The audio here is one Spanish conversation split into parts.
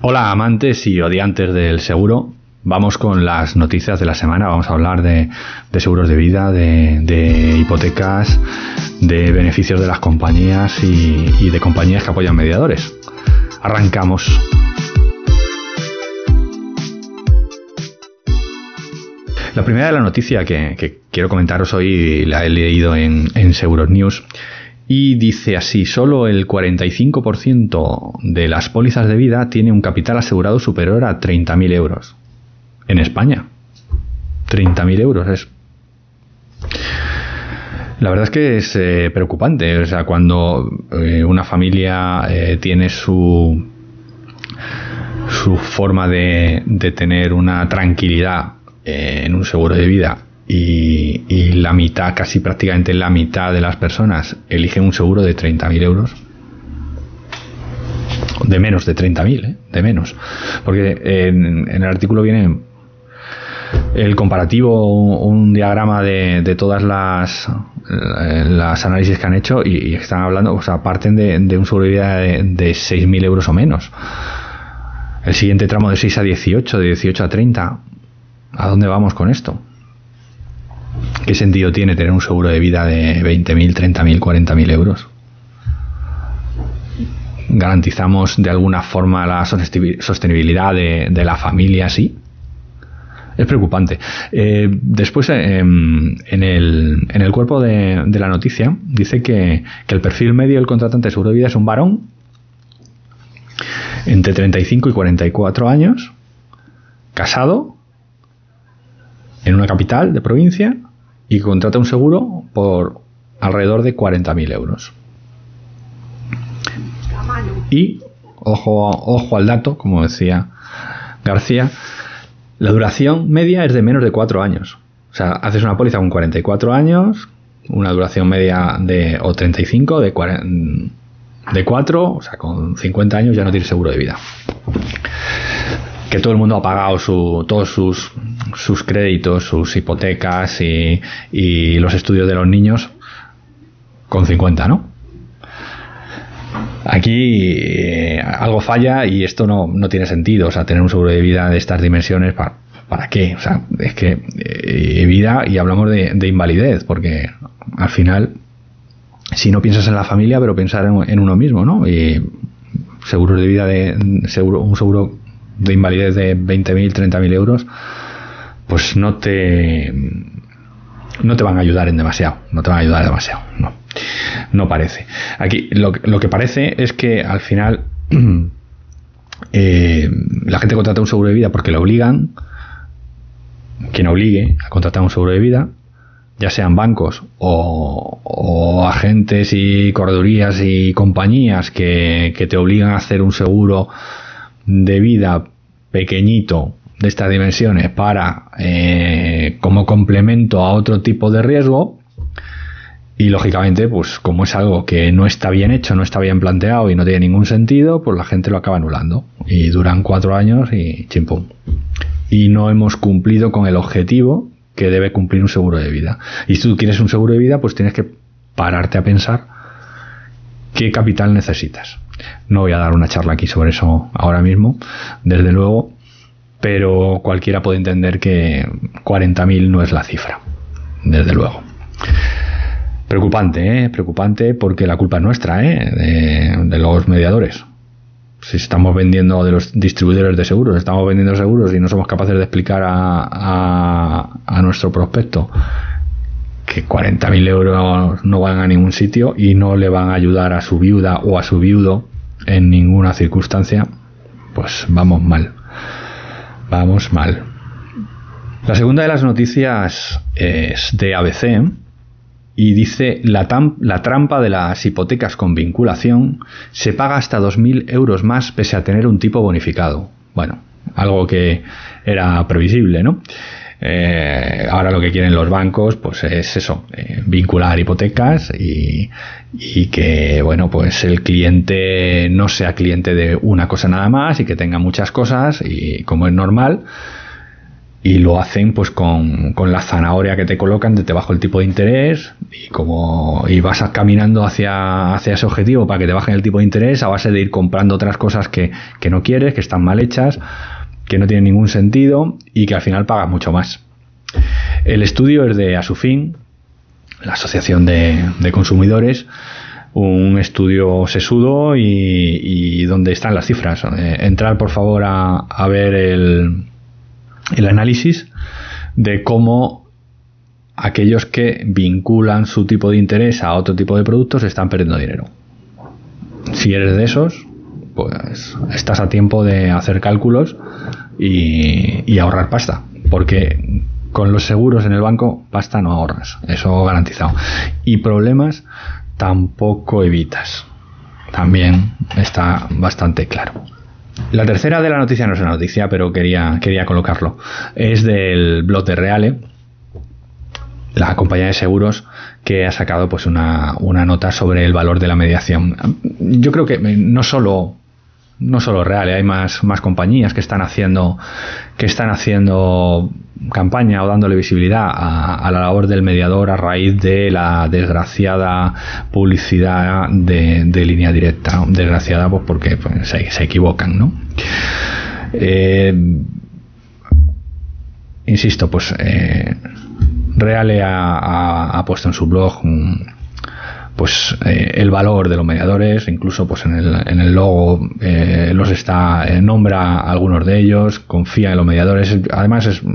Hola amantes y odiantes del seguro. Vamos con las noticias de la semana. Vamos a hablar de seguros de vida, de hipotecas, de beneficios de las compañías y de compañías que apoyan mediadores. Arrancamos. La primera de la noticia que quiero comentaros hoy la he leído en Seguros News. Y dice así: solo el 45% de las pólizas de vida tiene un capital asegurado superior a 30.000 euros. En España. 30.000 euros es. La verdad es que es preocupante. O sea, cuando una familia tiene su forma de tener una tranquilidad en un seguro de vida, y la mitad, casi prácticamente la mitad de las personas eligen un seguro de 30.000 euros, de menos de 30.000, de menos, porque en el artículo viene el comparativo, un diagrama de todas las análisis que han hecho y están hablando, o sea, parten de un seguro de vida de 6.000 euros o menos. El siguiente tramo de 6 a 18, de 18 a 30. ¿A dónde vamos con esto? ¿Qué sentido tiene tener un seguro de vida de 20.000, 30.000, 40.000 euros? ¿Garantizamos de alguna forma la sostenibilidad de la familia? Sí. Es preocupante. Después, en el cuerpo de la noticia, dice que el perfil medio del contratante de seguro de vida es un varón entre 35 y 44 años, casado, en una capital de provincia, y contrata un seguro por alrededor de 40.000 euros. Y, ojo al dato, como decía García, la duración media es de menos de 4 años. O sea, haces una póliza con 44 años, una duración media o 35, de 4, o sea, con 50 años ya no tienes seguro de vida. Que todo el mundo ha pagado todos sus créditos, sus hipotecas y los estudios de los niños con 50, ¿no? Aquí algo falla y esto no tiene sentido. O sea, tener un seguro de vida de estas dimensiones, ¿para qué? O sea, es que vida, y hablamos de invalidez, porque al final, si no piensas en la familia, pero pensar en uno mismo, ¿no? Y seguros de vida un seguro de invalidez de 20.000, 30.000 euros, pues no te van a ayudar demasiado. No parece. Aquí lo que parece es que al final la gente contrata un seguro de vida porque le obligan. Quien obligue a contratar un seguro de vida, ya sean bancos o agentes y corredurías y compañías que te obligan a hacer un seguro de vida pequeñito de estas dimensiones para como complemento a otro tipo de riesgo, y lógicamente, pues como es algo que no está bien hecho, no está bien planteado y no tiene ningún sentido, pues la gente lo acaba anulando y duran 4 años y chimpum, y no hemos cumplido con el objetivo que debe cumplir un seguro de vida. Y si tú quieres un seguro de vida, pues tienes que pararte a pensar qué capital necesitas. No voy a dar una charla aquí sobre eso ahora mismo, desde luego, pero cualquiera puede entender que 40.000 no es la cifra, desde luego. Preocupante, porque la culpa es nuestra, de los mediadores. Si estamos vendiendo, de los distribuidores de seguros, estamos vendiendo seguros y no somos capaces de explicar a nuestro prospecto que 40.000 euros no van a ningún sitio y no le van a ayudar a su viuda o a su viudo en ninguna circunstancia, pues vamos mal. La segunda de las noticias es de ABC y dice: la trampa de las hipotecas con vinculación, se paga hasta 2.000 euros más pese a tener un tipo bonificado. Bueno, algo que era previsible, ¿no? Ahora lo que quieren los bancos pues es eso, vincular hipotecas y que, bueno, pues el cliente no sea cliente de una cosa nada más y que tenga muchas cosas, y como es normal, y lo hacen pues con la zanahoria que te colocan de debajo del tipo de interés, y vas caminando hacia ese objetivo para que te bajen el tipo de interés a base de ir comprando otras cosas que no quieres, que están mal hechas, que no tienen ningún sentido y que al final pagas mucho más. El estudio es de Asufin, la Asociación de Consumidores, un estudio sesudo y donde están las cifras. Entrar por favor a ver el análisis de cómo aquellos que vinculan su tipo de interés a otro tipo de productos están perdiendo dinero. Si eres de esos, pues estás a tiempo de hacer cálculos y ahorrar pasta, porque con los seguros en el banco pasta no ahorras, eso garantizado, y problemas tampoco evitas, también está bastante claro. La tercera de la noticia no es una noticia, pero quería colocarlo. Es del blog de Reale, la compañía de seguros, que ha sacado pues una nota sobre el valor de la mediación. Yo creo que no solo Reale, hay más compañías que están haciendo campaña o dándole visibilidad a la labor del mediador a raíz de la desgraciada publicidad de Línea Directa. Desgraciada pues porque pues, se equivocan, ¿no? Insisto, pues Reale ha puesto en su blog pues el valor de los mediadores, incluso pues en el logo nombra a algunos de ellos, confía en los mediadores. Además es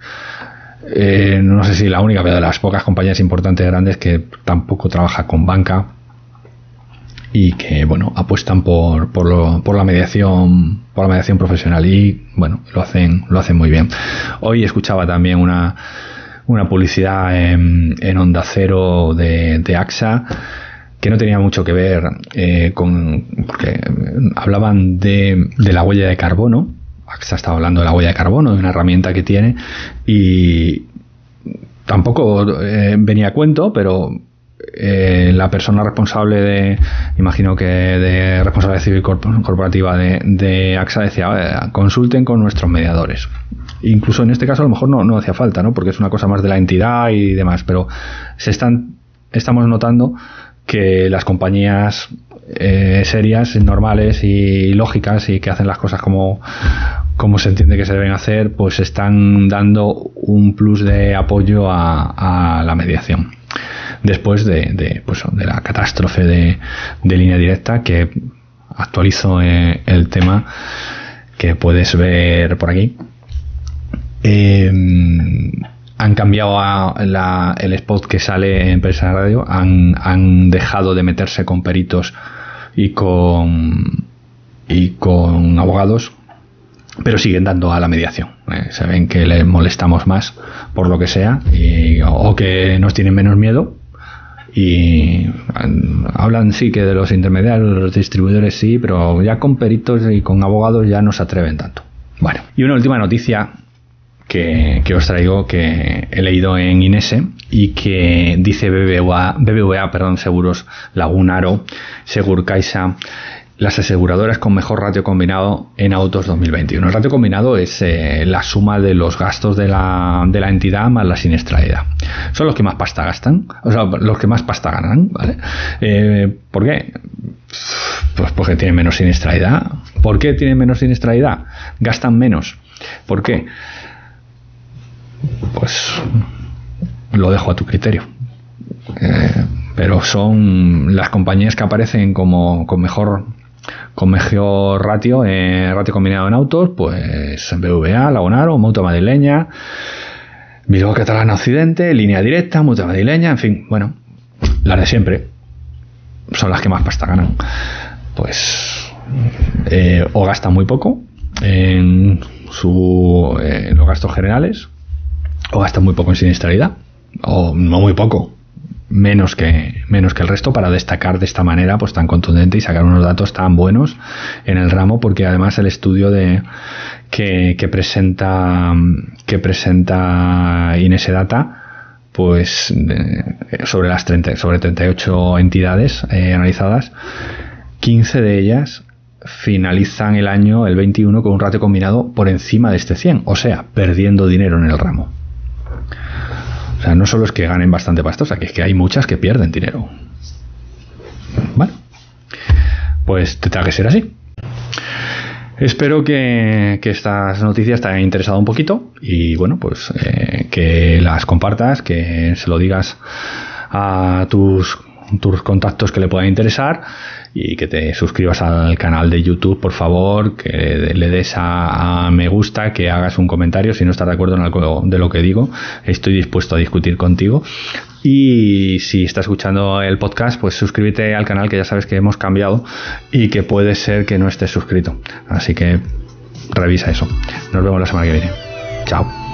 no sé si la única, pero de las pocas compañías importantes grandes que tampoco trabaja con banca y que bueno apuestan por la mediación profesional, y bueno lo hacen muy bien. Hoy escuchaba también una publicidad en Onda Cero de AXA que no tenía mucho que ver porque hablaban de la huella de carbono. AXA estaba hablando de la huella de carbono, de una herramienta que tiene, y tampoco venía a cuento, pero la persona responsable imagino que de responsabilidad civil corporativa de AXA decía, consulten con nuestros mediadores. Incluso en este caso a lo mejor no hacía falta, ¿no? Porque es una cosa más de la entidad y demás, pero estamos notando que las compañías serias, normales y lógicas y que hacen las cosas como se entiende que se deben hacer, pues están dando un plus de apoyo a la mediación. Después de la catástrofe de Línea Directa, que actualizo el tema que puedes ver por aquí. Han cambiado el spot que sale en Prensa Radio, han dejado de meterse con peritos y con abogados, pero siguen dando a la mediación. Se ven que les molestamos más por lo que sea, o que nos tienen menos miedo, y hablan sí que de los intermediarios, de los distribuidores sí, pero ya con peritos y con abogados ya no se atreven tanto. Bueno, y una última noticia que os traigo, que he leído en Inese y que dice BBVA, Seguros Lagunaro, Segurcaixa, las aseguradoras con mejor ratio combinado en autos 2021. El ratio combinado es la suma de los gastos de la entidad más la siniestralidad. Son los que más pasta gastan, o sea, los que más pasta ganan, ¿vale? ¿Por qué? Pues porque tienen menos siniestralidad. ¿Por qué tienen menos siniestralidad? Gastan menos. ¿Por qué? Pues lo dejo a tu criterio. Pero son las compañías que aparecen como con mejor ratio combinado en autos, pues BBVA, Lagunaro, Mutua Madrileña, Bilbao Catalana Occidente, Línea Directa, Mutua Madrileña, en fin, bueno, las de siempre son las que más pasta ganan. Pues o gastan muy poco en los gastos generales, o gastan muy poco en siniestralidad, o no muy poco, menos que el resto, para destacar de esta manera pues tan contundente y sacar unos datos tan buenos en el ramo, porque además el estudio que presenta Inese Data, pues sobre 38 entidades analizadas, 15 de ellas finalizan el año, el 21, con un ratio combinado por encima de este 100, o sea, perdiendo dinero en el ramo. O sea, no solo es que ganen bastante pastosa, que es que hay muchas que pierden dinero. Bueno, pues tendrá que ser así. Espero que estas noticias te hayan interesado un poquito y bueno, pues que las compartas, que se lo digas a tus contactos que le puedan interesar y que te suscribas al canal de YouTube, por favor, que le des a me gusta, que hagas un comentario si no estás de acuerdo en algo de lo que digo. Estoy dispuesto a discutir contigo. Y si estás escuchando el podcast, pues suscríbete al canal, que ya sabes que hemos cambiado y que puede ser que no estés suscrito. Así que revisa eso. Nos vemos la semana que viene. Chao.